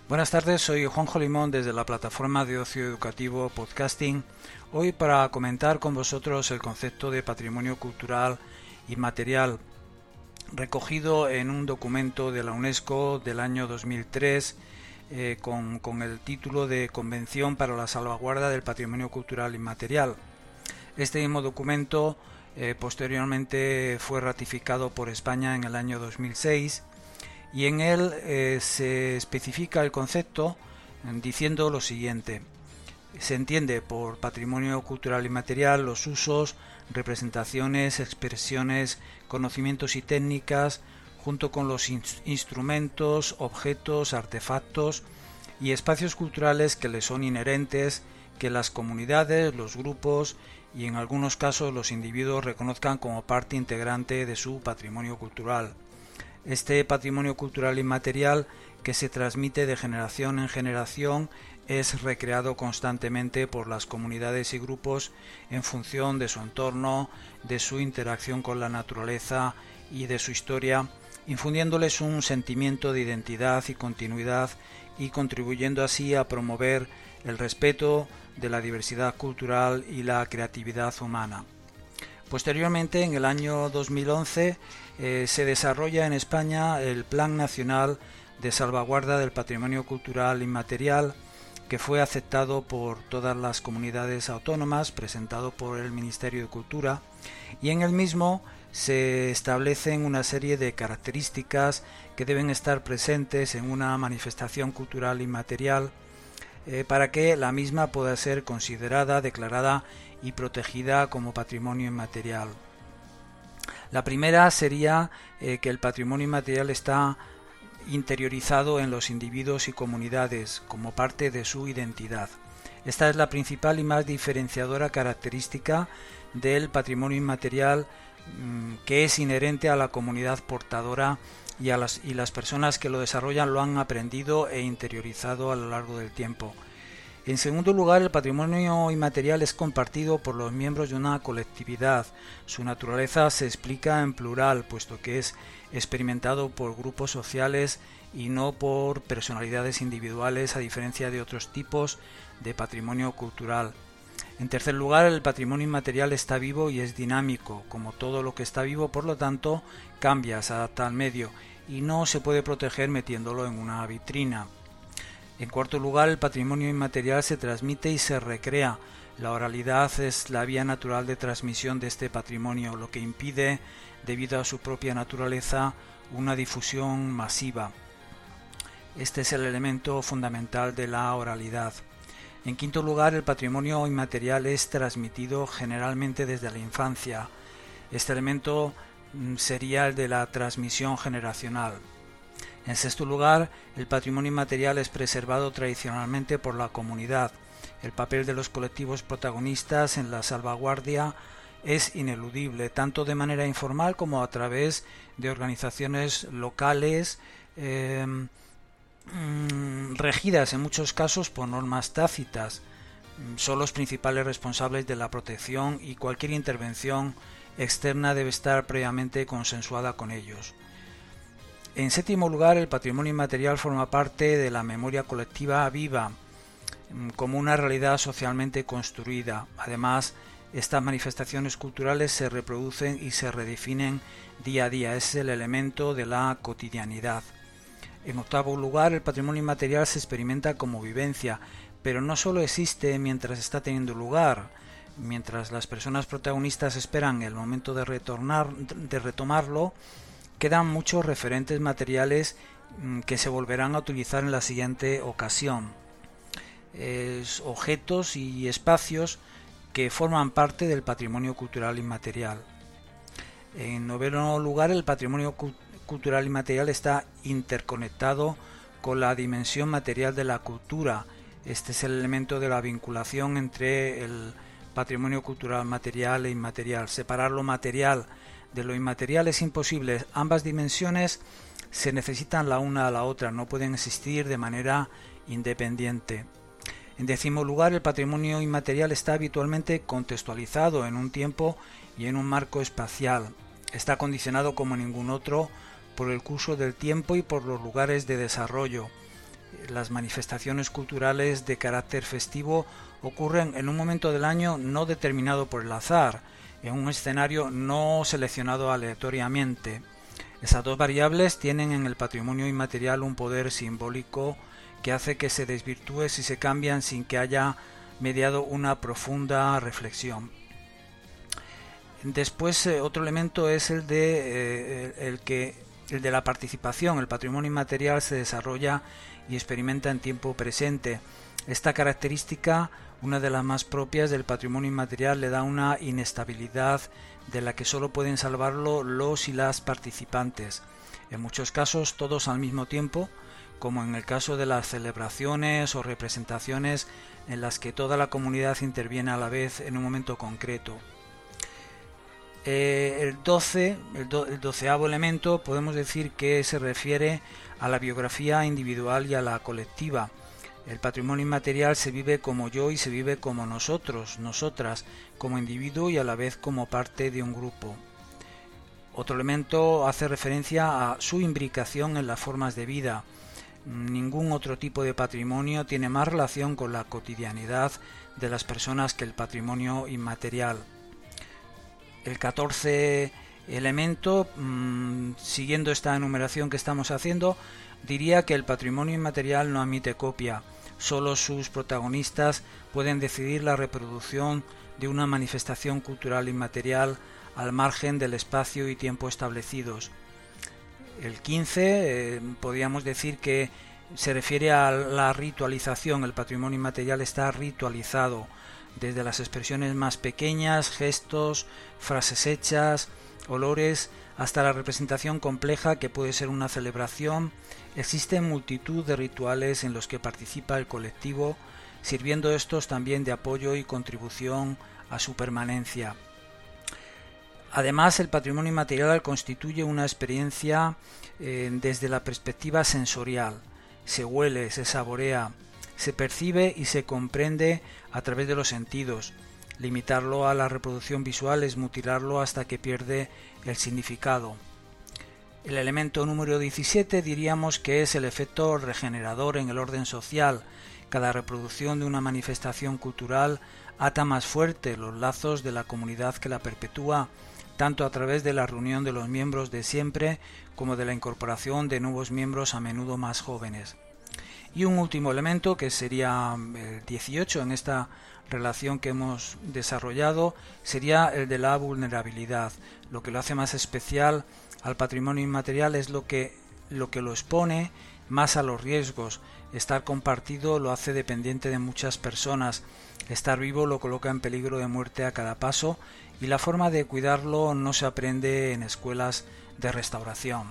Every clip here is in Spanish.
Buenas tardes, soy Juanjo Limón desde la plataforma de ocio educativo Podcasting, hoy para comentar con vosotros el concepto de patrimonio cultural inmaterial, recogido en un documento de la UNESCO del año 2003 con el título de Convención para la salvaguarda del patrimonio cultural inmaterial. Este mismo documento posteriormente fue ratificado por España en el año 2006 y en él se especifica el concepto diciendo lo siguiente: se entiende por patrimonio cultural inmaterial los usos, representaciones, expresiones, conocimientos y técnicas, junto con los instrumentos, objetos, artefactos y espacios culturales que le son inherentes, que las comunidades, los grupos y en algunos casos los individuos reconozcan como parte integrante de su patrimonio cultural. Este patrimonio cultural inmaterial, que se transmite de generación en generación, es recreado constantemente por las comunidades y grupos en función de su entorno, de su interacción con la naturaleza y de su historia, infundiéndoles un sentimiento de identidad y continuidad y contribuyendo así a promover el respeto de la diversidad cultural y la creatividad humana. Posteriormente, en el año 2011, se desarrolla en España el Plan Nacional de Salvaguarda del Patrimonio Cultural Inmaterial, que fue aceptado por todas las comunidades autónomas, presentado por el Ministerio de Cultura, y en el mismo se establecen una serie de características que deben estar presentes en una manifestación cultural inmaterial para que la misma pueda ser considerada, declarada y protegida como patrimonio inmaterial. La primera sería que el patrimonio inmaterial está interiorizado en los individuos y comunidades como parte de su identidad. Esta es la principal y más diferenciadora característica del patrimonio inmaterial que es inherente a la comunidad portadora y las personas que lo desarrollan lo han aprendido e interiorizado a lo largo del tiempo. En segundo lugar, el patrimonio inmaterial es compartido por los miembros de una colectividad. Su naturaleza se explica en plural, puesto que es experimentado por grupos sociales y no por personalidades individuales, a diferencia de otros tipos de patrimonio cultural. En tercer lugar, el patrimonio inmaterial está vivo y es dinámico. Como todo lo que está vivo, por lo tanto, cambia, se adapta al medio y no se puede proteger metiéndolo en una vitrina. En cuarto lugar, el patrimonio inmaterial se transmite y se recrea. La oralidad es la vía natural de transmisión de este patrimonio, lo que impide, debido a su propia naturaleza, una difusión masiva. Este es el elemento fundamental de la oralidad. En quinto lugar, el patrimonio inmaterial es transmitido generalmente desde la infancia. Este elemento sería el de la transmisión generacional. En sexto lugar, el patrimonio inmaterial es preservado tradicionalmente por la comunidad. El papel de los colectivos protagonistas en la salvaguardia es ineludible, tanto de manera informal como a través de organizaciones locales regidas en muchos casos por normas tácitas. Son los principales responsables de la protección y cualquier intervención externa debe estar previamente consensuada con ellos. En séptimo lugar, el patrimonio inmaterial forma parte de la memoria colectiva viva, como una realidad socialmente construida. Además, estas manifestaciones culturales se reproducen y se redefinen día a día. Es el elemento de la cotidianidad. En octavo lugar, el patrimonio inmaterial se experimenta como vivencia, pero no solo existe mientras está teniendo lugar. Mientras las personas protagonistas esperan el momento de retomarlo, quedan muchos referentes materiales que se volverán a utilizar en la siguiente ocasión. Objetos y espacios que forman parte del patrimonio cultural inmaterial. En noveno lugar, el patrimonio cultural inmaterial está interconectado con la dimensión material de la cultura. Este es el elemento de la vinculación entre el patrimonio cultural material e inmaterial. Separar lo material de lo inmaterial es imposible. Ambas dimensiones se necesitan la una a la otra, no pueden existir de manera independiente. En décimo lugar, el patrimonio inmaterial está habitualmente contextualizado en un tiempo y en un marco espacial. Está condicionado como ningún otro por el curso del tiempo y por los lugares de desarrollo. Las manifestaciones culturales de carácter festivo ocurren en un momento del año no determinado por el azar, en un escenario no seleccionado aleatoriamente. Esas dos variables tienen en el patrimonio inmaterial un poder simbólico que hace que se desvirtúe si se cambian sin que haya mediado una profunda reflexión. Después, otro elemento es el de la participación. El patrimonio inmaterial se desarrolla y experimenta en tiempo presente. Esta característica, una de las más propias del patrimonio inmaterial, le da una inestabilidad de la que solo pueden salvarlo los y las participantes. En muchos casos todos al mismo tiempo, como en el caso de las celebraciones o representaciones en las que toda la comunidad interviene a la vez en un momento concreto. El 12º elemento podemos decir que se refiere a la biografía individual y a la colectiva. El patrimonio inmaterial se vive como yo y se vive como nosotros, nosotras, como individuo y a la vez como parte de un grupo. Otro elemento hace referencia a su imbricación en las formas de vida. Ningún otro tipo de patrimonio tiene más relación con la cotidianidad de las personas que el patrimonio inmaterial. El 14 elemento, siguiendo esta enumeración que estamos haciendo, diría que el patrimonio inmaterial no admite copia. Solo sus protagonistas pueden decidir la reproducción de una manifestación cultural inmaterial al margen del espacio y tiempo establecidos. El 15, podríamos decir que se refiere a la ritualización. El patrimonio inmaterial está ritualizado, desde las expresiones más pequeñas, gestos, frases hechas, olores, hasta la representación compleja que puede ser una celebración. Existen multitud de rituales en los que participa el colectivo, sirviendo estos también de apoyo y contribución a su permanencia. Además, el patrimonio inmaterial constituye una experiencia desde la perspectiva sensorial. Se huele, se saborea, se percibe y se comprende a través de los sentidos. Limitarlo a la reproducción visual es mutilarlo hasta que pierde el significado. El elemento número 17 diríamos que es el efecto regenerador en el orden social. Cada reproducción de una manifestación cultural ata más fuerte los lazos de la comunidad que la perpetúa, tanto a través de la reunión de los miembros de siempre como de la incorporación de nuevos miembros a menudo más jóvenes. Y un último elemento, que sería el 18 en esta relación que hemos desarrollado, sería el de la vulnerabilidad. Lo que lo hace más especial al patrimonio inmaterial es lo que lo expone más a los riesgos. Estar compartido lo hace dependiente de muchas personas. Estar vivo lo coloca en peligro de muerte a cada paso, y la forma de cuidarlo no se aprende en escuelas de restauración.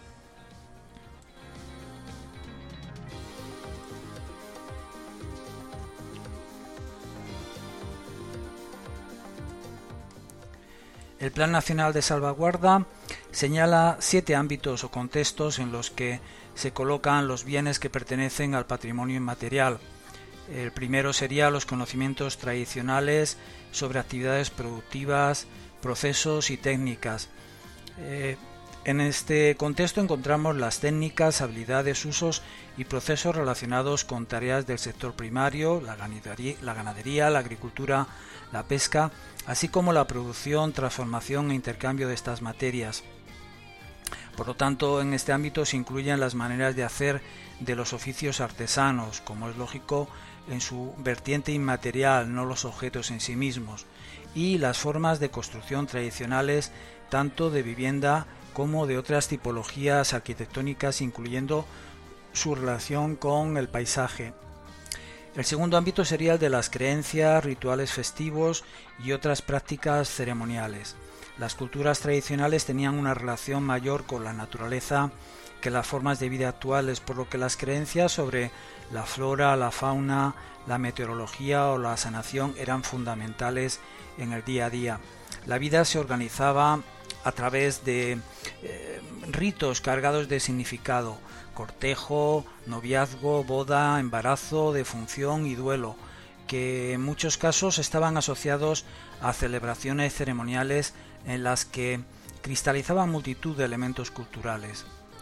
El Plan Nacional de Salvaguarda señala 7 ámbitos o contextos en los que se colocan los bienes que pertenecen al patrimonio inmaterial. El primero sería los conocimientos tradicionales sobre actividades productivas, procesos y técnicas. En este contexto encontramos las técnicas, habilidades, usos y procesos relacionados con tareas del sector primario, la ganadería, la agricultura, la pesca, así como la producción, transformación e intercambio de estas materias. Por lo tanto, en este ámbito se incluyen las maneras de hacer de los oficios artesanos, como es lógico, en su vertiente inmaterial, no los objetos en sí mismos, y las formas de construcción tradicionales, tanto de vivienda como de otras tipologías arquitectónicas, incluyendo su relación con el paisaje. El segundo ámbito sería el de las creencias, rituales festivos y otras prácticas ceremoniales. Las culturas tradicionales tenían una relación mayor con la naturaleza que las formas de vida actuales, por lo que las creencias sobre la flora, la fauna, la meteorología o la sanación eran fundamentales en el día a día. La vida se organizaba a través de ritos cargados de significado: cortejo, noviazgo, boda, embarazo, defunción y duelo, que en muchos casos estaban asociados a celebraciones ceremoniales en las que cristalizaban multitud de elementos culturales.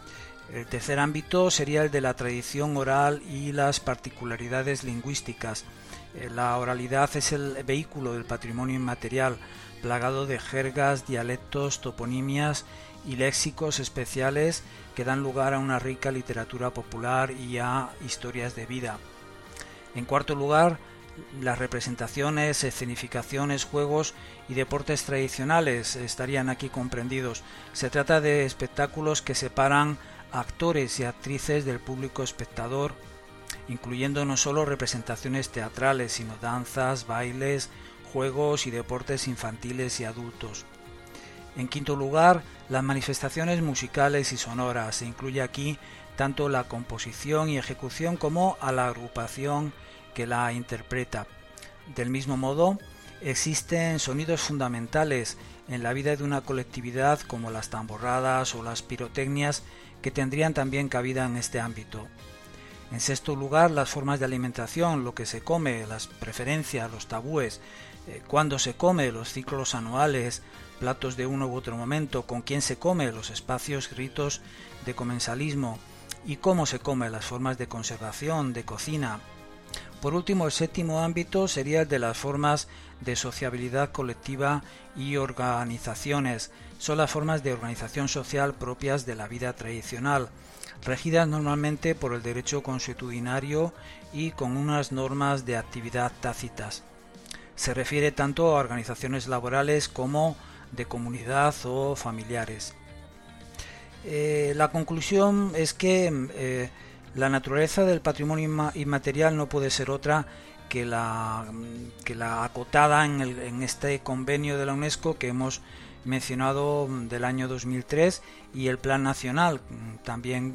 El tercer ámbito sería el de la tradición oral y las particularidades lingüísticas. La oralidad es el vehículo del patrimonio inmaterial, plagado de jergas, dialectos, toponimias y léxicos especiales que dan lugar a una rica literatura popular y a historias de vida. En cuarto lugar, las representaciones, escenificaciones, juegos y deportes tradicionales estarían aquí comprendidos. Se trata de espectáculos que separan a actores y actrices del público espectador, incluyendo no solo representaciones teatrales, sino danzas, bailes, juegos y deportes infantiles y adultos. En quinto lugar, las manifestaciones musicales y sonoras. Se incluye aquí tanto la composición y ejecución como a la agrupación que la interpreta. Del mismo modo, existen sonidos fundamentales en la vida de una colectividad como las tamborradas o las pirotecnias que tendrían también cabida en este ámbito. En sexto lugar, las formas de alimentación, lo que se come, las preferencias, los tabúes, cuándo se come, los ciclos anuales, platos de uno u otro momento, con quién se come, los espacios, ritos de comensalismo y cómo se come, las formas de conservación, de cocina. Por último, el séptimo ámbito sería el de las formas de sociabilidad colectiva y organizaciones. Son las formas de organización social propias de la vida tradicional, regidas normalmente por el derecho consuetudinario y con unas normas de actividad tácitas. Se refiere tanto a organizaciones laborales como de comunidad o familiares. La conclusión es que la naturaleza del patrimonio inmaterial no puede ser otra que la acotada en este convenio de la UNESCO que hemos mencionado del año 2003 y el Plan Nacional también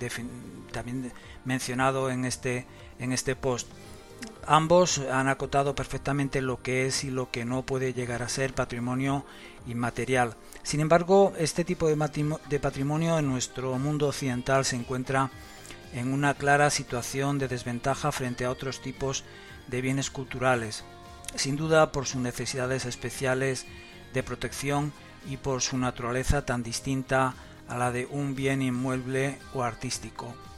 mencionado en este post. Ambos han acotado perfectamente lo que es y lo que no puede llegar a ser patrimonio inmaterial. Sin embargo, este tipo de patrimonio en nuestro mundo occidental se encuentra en una clara situación de desventaja frente a otros tipos de bienes culturales, sin duda por sus necesidades especiales de protección y por su naturaleza tan distinta a la de un bien inmueble o artístico.